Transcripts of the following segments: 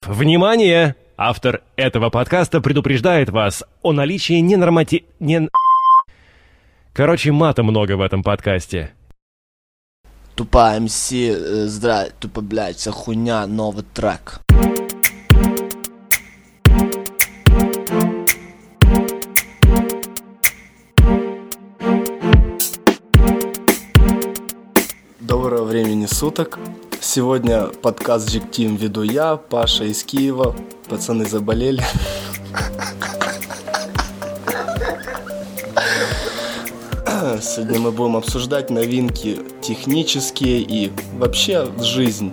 Внимание! Автор этого подкаста предупреждает вас о наличии Короче, мата много в этом подкасте. Тупа МС, тупо, блядь, вся хуйня, новый трек. Доброго времени суток. Сегодня подкаст Jig Team веду я, Паша из Киева. Пацаны заболели. Сегодня мы будем обсуждать новинки технические и вообще жизнь.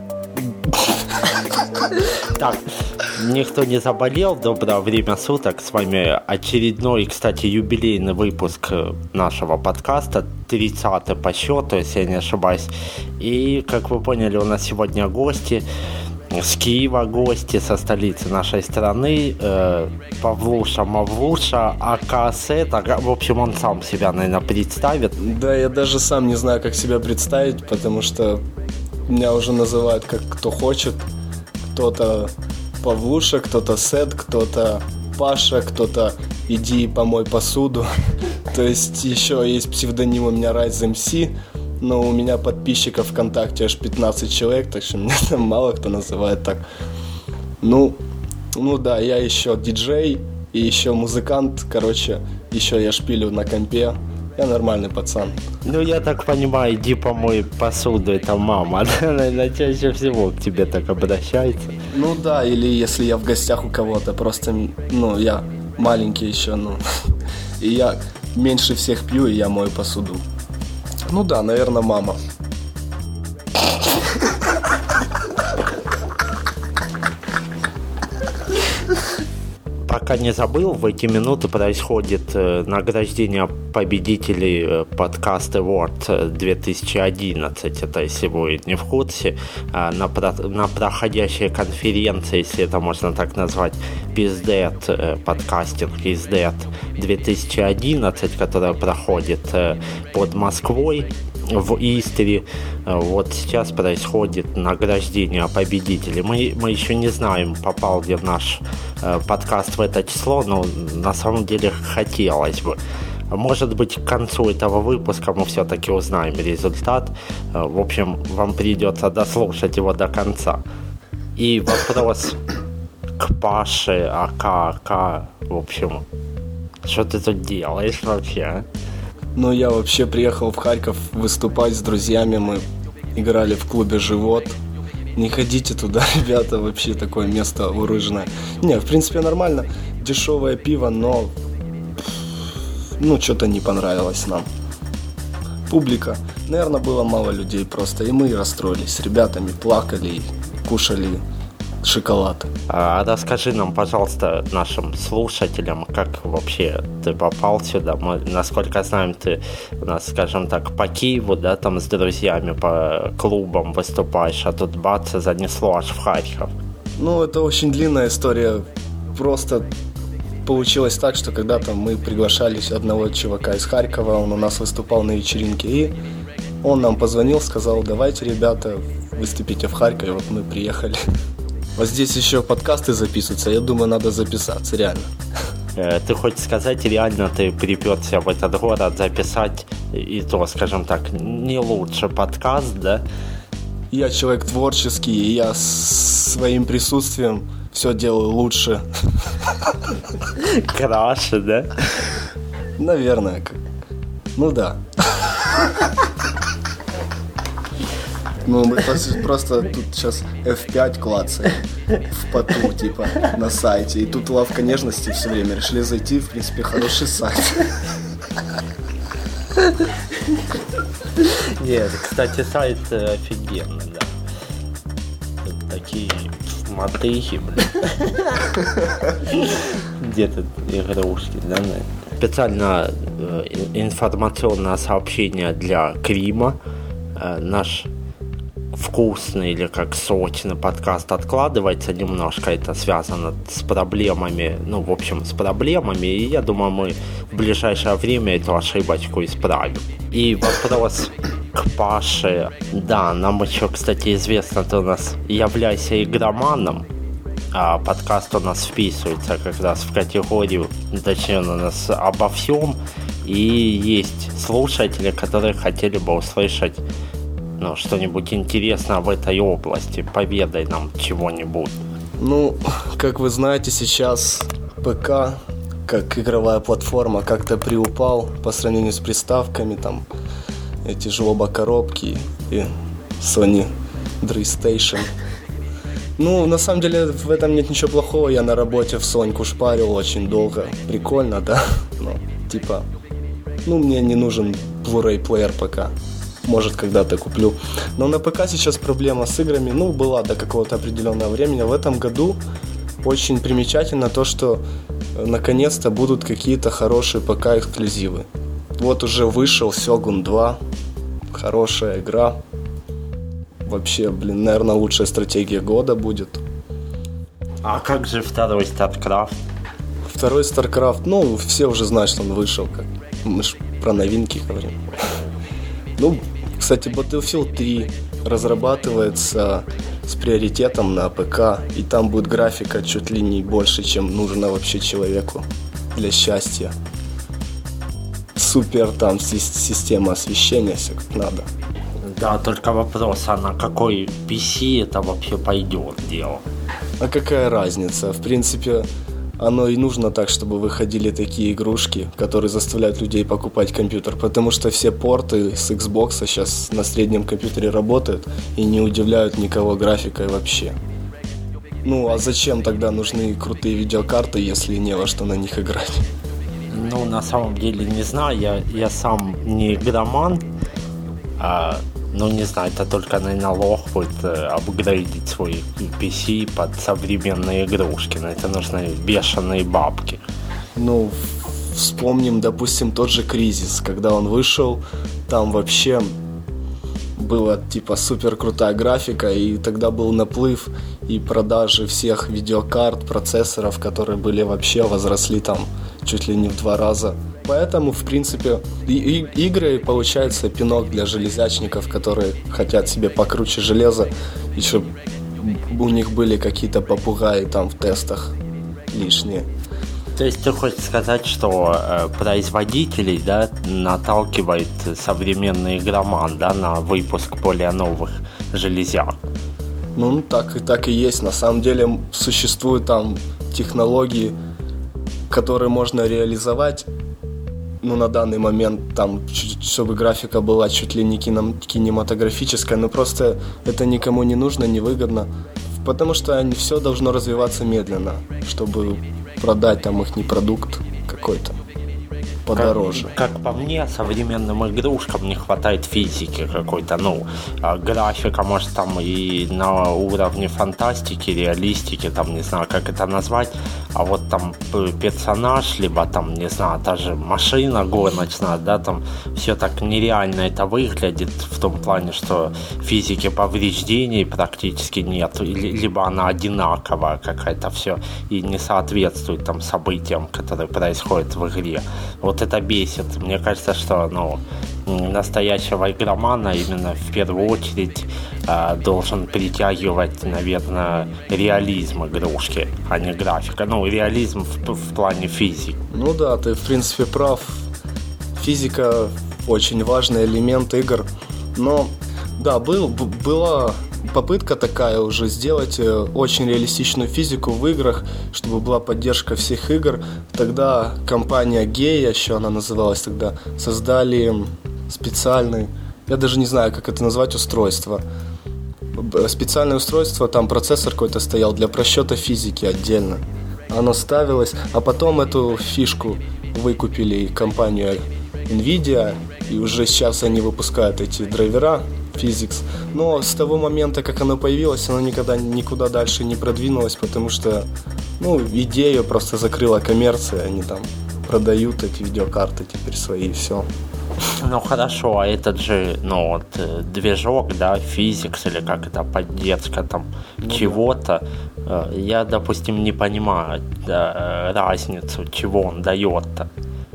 Так, никто не заболел, доброе время суток, с вами очередной, кстати, юбилейный выпуск нашего подкаста, 30-й по счету, если я не ошибаюсь. И, как вы поняли, у нас сегодня гости, с Киева гости, со столицы нашей страны, Павлуша Мавлуша, АКС, в общем, он сам себя, наверное, представит. Да, я даже сам не знаю, как себя представить, потому что меня уже называют как кто хочет. Кто-то Павлуша, кто-то Сет, кто-то Паша, кто-то иди помой посуду. То есть еще есть псевдоним у меня Rise MC, но у меня подписчиков ВКонтакте аж 15 человек, так что меня там мало кто называет так. Ну да, я еще диджей и еще музыкант, короче, еще я шпилю на компе. Я нормальный пацан. Ну, я так понимаю, иди помой посуду, это мама, наверное, чаще всего к тебе так обращается. Ну да, или если я в гостях у кого-то, просто, я маленький еще, и я меньше всех пью, и я мою посуду. Ну да, наверное, мама. Пока не забыл, в эти минуты происходит награждение победителей подкаст Award 2011. Это, если вы не в курсе, на проходящей конференции, если это можно так назвать, PizDead, подкастинг PizDead 2011, которая проходит под Москвой в Истре. Вот сейчас происходит награждение победителей. Мы еще не знаем, попал ли наш подкаст в это число, но на самом деле хотелось бы. Может быть, к концу этого выпуска мы все-таки узнаем результат. В общем, вам придется дослушать его до конца. И вопрос к Паше, АК, в общем, что ты тут делаешь вообще? Я вообще приехал в Харьков выступать с друзьями, мы играли в клубе «Живот». Не ходите туда, ребята, вообще такое место урыжное. Не, в принципе, нормально, дешевое пиво, но, что-то не понравилось нам. Публика, наверное, было мало людей просто, и мы расстроились с ребятами, плакали, кушали шоколад. А расскажи нам, пожалуйста, нашим слушателям, как вообще ты попал сюда. Мы, насколько знаем, ты у нас, скажем так, по Киеву, да, там с друзьями по клубам выступаешь, а тут бац, занесло аж в Харьков. Это очень длинная история. Просто получилось так, что когда-то мы приглашали одного чувака из Харькова, он у нас выступал на вечеринке, и он нам позвонил, сказал: давайте, ребята, выступите в Харькове, вот мы приехали. Вот здесь еще подкасты записываются, я думаю, надо записаться, реально. Ты хочешь сказать, реально ты приперся в этот город записать, и то, скажем так, не лучший подкаст, да? Я человек творческий, и я своим присутствием все делаю лучше. Краше, да? Наверное. Да. Мы просто тут сейчас F5 клацаем в поту, типа, на сайте. И тут лавка нежности все время. Решили зайти, в принципе, хороший сайт. Нет, кстати, сайт офигенный, да. Тут такие мотыхи, Где тут игрушки, да? Специально информационное сообщение для Крима. Наш вкусный или как сочный подкаст откладывается немножко, это связано с проблемами, с проблемами, и я думаю, мы в ближайшее время эту ошибочку исправим. И вопрос к Паше. Да, нам еще, кстати, известно, ты у нас являйся игроманом. А подкаст у нас вписывается как раз в категорию, точнее, у нас обо всем. И есть слушатели, которые хотели бы услышать что-нибудь интересное в этой области. Поведай нам чего-нибудь. Ну, как вы знаете, сейчас ПК, как игровая платформа, как-то приупал по сравнению с приставками, там, эти же оба коробки и Sony PlayStation. Ну, на самом деле, в этом нет ничего плохого. Я на работе в Соньку шпарил очень долго. Прикольно, да? Мне не нужен Blu-ray плеер пока. Может, когда-то куплю. Но на ПК сейчас проблема с играми, была до какого-то определенного времени. В этом году очень примечательно то, что наконец-то будут какие-то хорошие ПК-эксклюзивы. Вот уже вышел Shogun 2. Хорошая игра. Вообще, наверное, лучшая стратегия года будет. А как же второй StarCraft? Второй StarCraft, все уже знают, что он вышел. Мы же про новинки говорим. Кстати, Battlefield 3 разрабатывается с приоритетом на ПК, и там будет графика чуть ли не больше, чем нужно вообще человеку для счастья. Супер там система освещения, все как надо. Да, только вопрос, а на какой PC это вообще пойдет дело? А какая разница? В принципе, оно и нужно так, чтобы выходили такие игрушки, которые заставляют людей покупать компьютер, потому что все порты с Xbox сейчас на среднем компьютере работают и не удивляют никого графикой вообще. А зачем тогда нужны крутые видеокарты, если не во что на них играть? На самом деле не знаю, я сам не игроман, не знаю, это только, наверное, лох будет апгрейдить свой PC под современные игрушки. На это нужны бешеные бабки. Вспомним, допустим, тот же Кризис. Когда он вышел, там вообще была супер крутая графика, и тогда был наплыв и продажи всех видеокарт, процессоров, которые были вообще возросли там чуть ли не в 2 раза. Поэтому, в принципе, игры, получается, пинок для железячников, которые хотят себе покруче железа, и чтобы у них были какие-то попугаи там в тестах лишние. То есть ты хочешь сказать, что производителей, да, наталкивает современный игроман, да, на выпуск более новых железяк? Так и есть. На самом деле существуют там технологии, которые можно реализовать, на данный момент, там, чтобы графика была чуть ли не кинематографическая, но просто это никому не нужно, невыгодно, потому что все должно развиваться медленно, чтобы продать там их продукт какой-то подороже. Как по мне, современным игрушкам не хватает физики какой-то, графика, может, там и на уровне фантастики, реалистики, там, не знаю, как это назвать, а вот там персонаж, либо там, не знаю, та же машина гоночная, да, там все так нереально это выглядит в том плане, что физики повреждений практически нет, либо она одинаковая какая-то все и не соответствует там событиям, которые происходят в игре. Вот это бесит. Мне кажется, что настоящего игромана именно в первую очередь должен притягивать, наверное, реализм игрушки, а не графика. Реализм в плане физики. Да, ты в принципе прав. Физика очень важный элемент игр. Но да, была попытка такая уже сделать очень реалистичную физику в играх, чтобы была поддержка всех игр. Тогда компания Geia, еще она называлась тогда, создали специальный, я даже не знаю, как это назвать, устройство. Специальное устройство, там процессор какой-то стоял для просчета физики отдельно. Оно ставилось, а потом эту фишку выкупили компанию Nvidia, и уже сейчас они выпускают эти драйвера Physics. Но с того момента, как оно появилось, оно никуда дальше не продвинулось, потому что, идею просто закрыла коммерция, они там продают эти видеокарты теперь свои, и все. Хорошо, а этот же, движок, да, Physics, или как это, поддержка там чего-то, я, допустим, не понимаю разницу, чего он дает-то.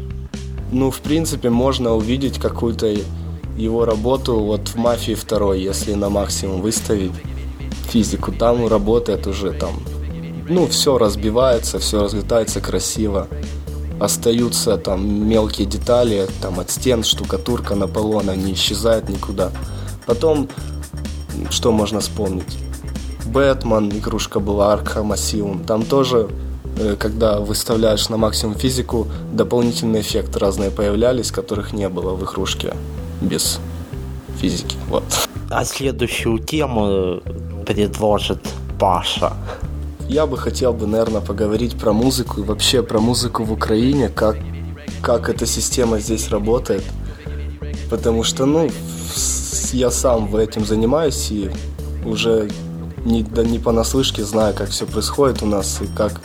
В принципе, можно увидеть какую-то его работу вот в «Мафии 2», если на максимум выставить физику, там работает уже там все разбивается, все разлетается красиво. Остаются там мелкие детали, там от стен, штукатурка на полу, она не исчезает никуда. Потом, что можно вспомнить? Бэтмен, игрушка была, Arkham Asylum. Там тоже, когда выставляешь на максимум физику, дополнительные эффекты разные появлялись, которых не было в игрушке без физики. Вот. А следующую тему предложит Паша. Я бы хотел, наверное, поговорить про музыку и вообще про музыку в Украине, как эта система здесь работает. Потому что, я сам этим занимаюсь и уже не понаслышке знаю, как все происходит у нас и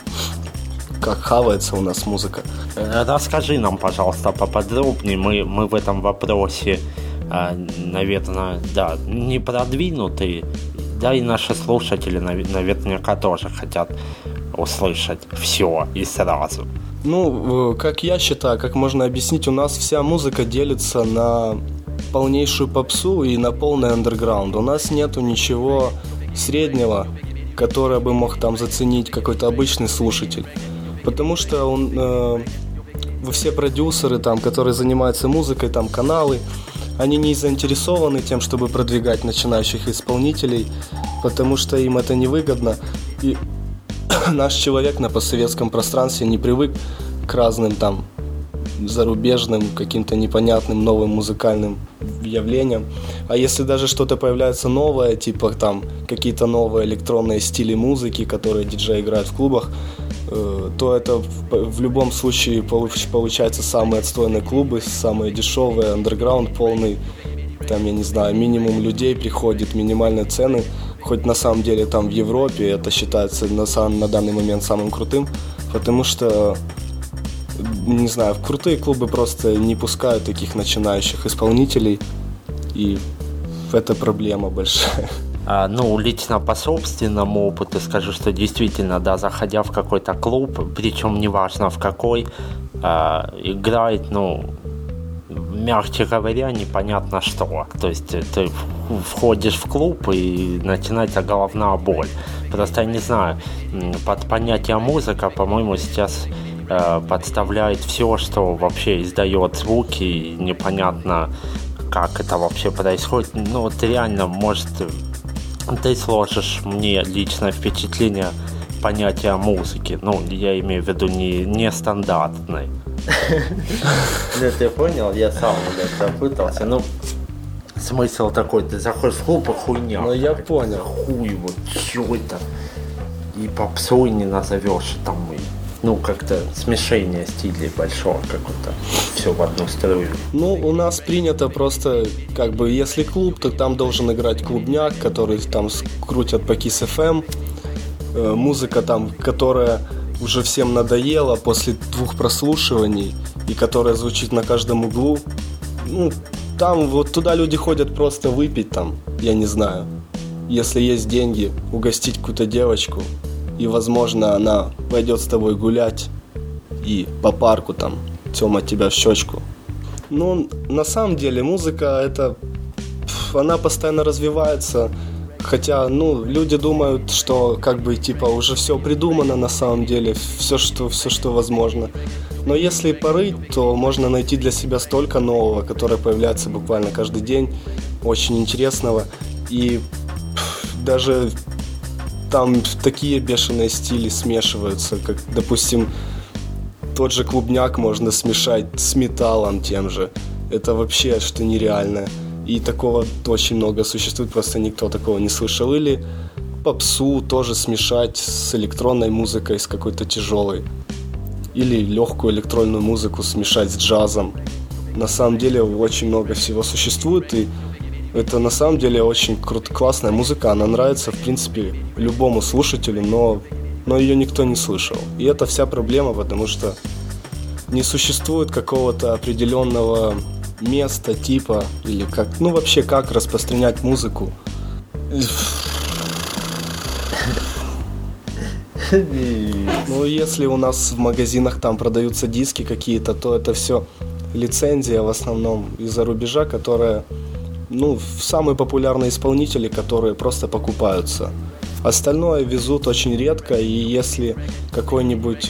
как хавается у нас музыка. Расскажи нам, пожалуйста, поподробнее. Мы в этом вопросе, наверное, не продвинутые. Да, и наши слушатели наверняка тоже хотят услышать все и сразу. Как я считаю, как можно объяснить, у нас вся музыка делится на полнейшую попсу и на полный андерграунд. У нас нету ничего среднего, которое бы мог там заценить какой-то обычный слушатель. Потому что все продюсеры, там, которые занимаются музыкой, там, каналы, они не заинтересованы тем, чтобы продвигать начинающих исполнителей, потому что им это невыгодно. И наш человек на постсоветском пространстве не привык к разным там зарубежным, каким-то непонятным новым музыкальным явлениям. А если даже что-то появляется новое, типа там какие-то новые электронные стили музыки, которые диджеи играют в клубах, то это в любом случае получается самые отстойные клубы, самые дешевые, андерграунд полный, там, я не знаю, минимум людей приходит, минимальные цены, хоть на самом деле там в Европе это считается на данный момент самым крутым, потому что, не знаю, в крутые клубы просто не пускают таких начинающих исполнителей, и это проблема большая. Лично по собственному опыту скажу, что действительно, заходя в какой-то клуб, причем неважно в какой, играет, мягче говоря, непонятно что. То есть ты входишь в клуб и начинается головная боль. Просто я не знаю, под понятие музыка, по-моему, сейчас подставляет все, что вообще издает звуки, и непонятно, как это вообще происходит. Реально, может, ты сложишь мне личное впечатление понятия музыки. Я имею в виду не стандартной. Ты понял? Я сам запутался. Смысл такой, ты заходишь в клуб, хуйня. Я понял. Хуй, чё это? И попсой не назовешь, там, как-то смешение стилей большого какого-то. Все в одну струю. У нас принято просто, если клуб, то там должен играть клубняк, который там крутят по Kiss FM. Музыка там, которая уже всем надоела после 2 прослушиваний и которая звучит на каждом углу. Там вот туда люди ходят просто выпить там, я не знаю. Если есть деньги, угостить какую-то девочку, и, возможно, она пойдет с тобой гулять и по парку там тёмать тебя в щечку. На самом деле музыка она постоянно развивается. Хотя, люди думают, что уже все придумано на самом деле, все, что возможно. Но если порыть, то можно найти для себя столько нового, которое появляется буквально каждый день, очень интересного. И даже там такие бешеные стили смешиваются, как, допустим, тот же клубняк можно смешать с металлом тем же. Это вообще что нереальное. И такого очень много существует, просто никто такого не слышал. Или попсу тоже смешать с электронной музыкой, с какой-то тяжелой. Или легкую электронную музыку смешать с джазом. На самом деле очень много всего существует, и это на самом деле очень классная музыка. Она нравится, в принципе, любому слушателю, но ее никто не слышал. И это вся проблема, потому что не существует какого-то определенного места, типа, или вообще как распространять музыку. Если у нас в магазинах там продаются диски какие-то, то это все лицензия в основном из-за рубежа, которая, самые популярные исполнители, которые просто покупаются. Остальное везут очень редко, и если какой-нибудь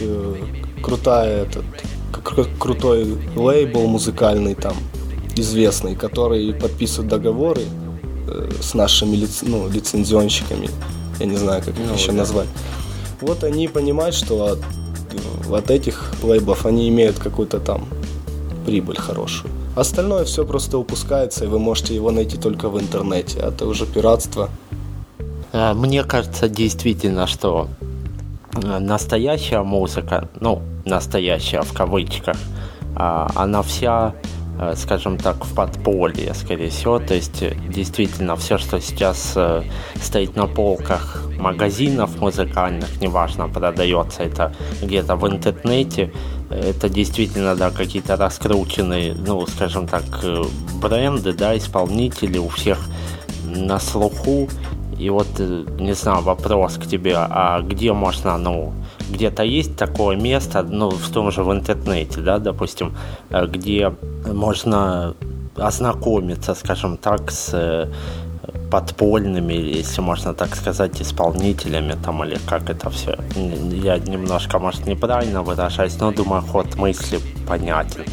крутой лейбл музыкальный там, известный, который подписывает договоры с нашими лицензионщиками, я не знаю, как их еще назвать, вот они понимают, что от этих лейблов они имеют какую-то там прибыль хорошую. Остальное все просто упускается, и вы можете его найти только в интернете. Это уже пиратство. Мне кажется, действительно, что настоящая музыка, настоящая в кавычках, она вся, скажем так, в подполье, скорее всего. То есть, действительно, все, что сейчас стоит на полках магазинов музыкальных, неважно, продается это где-то в интернете, это действительно, да, какие-то раскрученные, скажем так, бренды, да, исполнители у всех на слуху. И вот, не знаю, вопрос к тебе, а где можно, где-то есть такое место, в том же в интернете, да, допустим, где можно ознакомиться, скажем так, с подпольными, если можно так сказать, исполнителями там, или как это все. Я немножко, может, неправильно выражаюсь, но думаю, ход мысли понятен.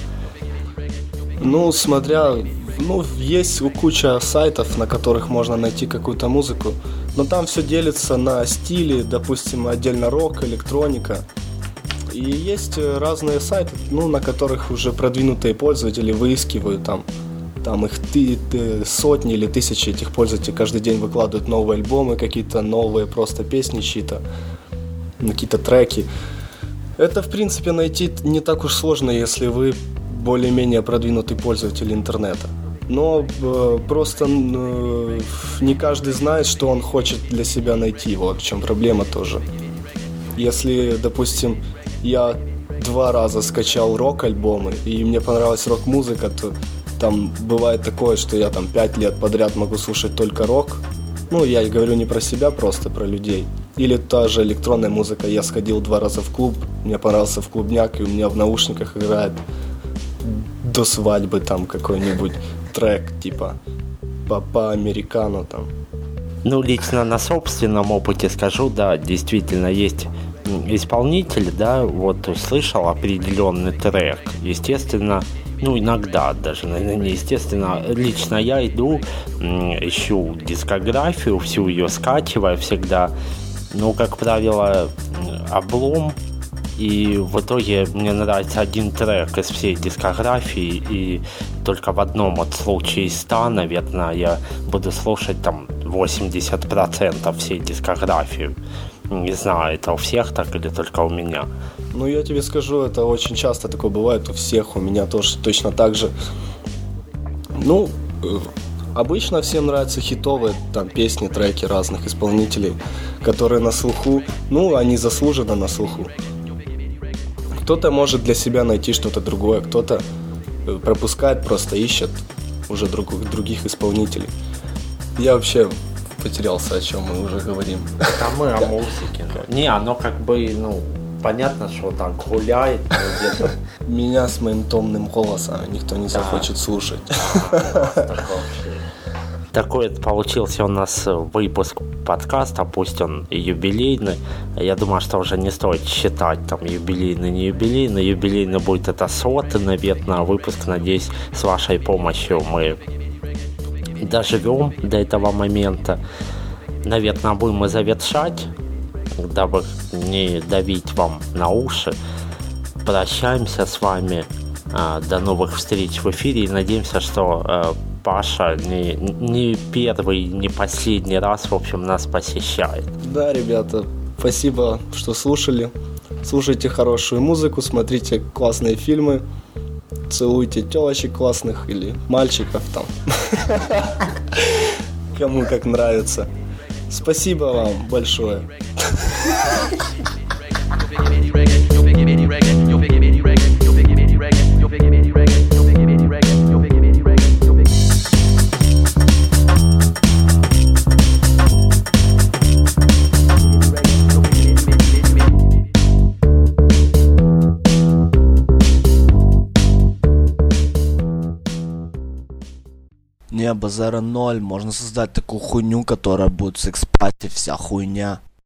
Есть куча сайтов, на которых можно найти какую-то музыку, но там все делится на стили, допустим, отдельно рок, электроника. И есть разные сайты, на которых уже продвинутые пользователи выискивают там их сотни или тысячи этих пользователей каждый день выкладывают новые альбомы, какие-то новые просто песни чьи-то, какие-то треки. Это, в принципе, найти не так уж сложно, если вы более-менее продвинутый пользователь интернета. Но просто не каждый знает, что он хочет для себя найти. Вот в чем проблема тоже. Если, допустим, я 2 раза скачал рок-альбомы, и мне понравилась рок-музыка, то там бывает такое, что я 5 лет подряд могу слушать только рок. Я говорю не про себя, просто про людей. Или та же электронная музыка. Я сходил 2 раза в клуб, мне понравился в клубняк, и у меня в наушниках играет до свадьбы там какой-нибудь трек, типа по американу там. Лично на собственном опыте скажу, да, действительно есть исполнитель, да, вот услышал определенный трек, естественно, иногда даже, наверное, неестественно, лично я иду, ищу дискографию, всю ее скачиваю всегда, как правило, облом. И в итоге мне нравится один трек из всей дискографии, и только в одном случае из 100, наверное, я буду слушать 80% всей дискографии. Не знаю, это у всех так или только у меня. Я тебе скажу, это очень часто такое бывает у всех, у меня тоже точно так же. Обычно всем нравятся хитовые песни, треки разных исполнителей, которые на слуху, они заслуженно на слуху. Кто-то может для себя найти что-то другое, кто-то пропускает, просто ищет уже других исполнителей. Я вообще потерялся, о чем мы уже говорим. Мы о музыке. Оно понятно, что так гуляет где-то. Меня с моим томным голосом никто не захочет слушать. Такой получился у нас выпуск подкаста, пусть он и юбилейный. Я думаю, что уже не стоит считать юбилейный, не юбилейный. Юбилейный будет это 100-й, наверное, выпуск. Надеюсь, с вашей помощью мы доживем до этого момента. Наверное, будем и завершать, дабы не давить вам на уши. Прощаемся с вами. До новых встреч в эфире. И надеемся, что Паша не первый, не последний раз, в общем, нас посещает. Да, ребята, спасибо, что слушали. Слушайте хорошую музыку, смотрите классные фильмы, целуйте телочек классных или мальчиков там. Кому как нравится. Спасибо вам большое. базара ноль. Можно создать такую хуйню, которая будет в секс-пати, вся хуйня.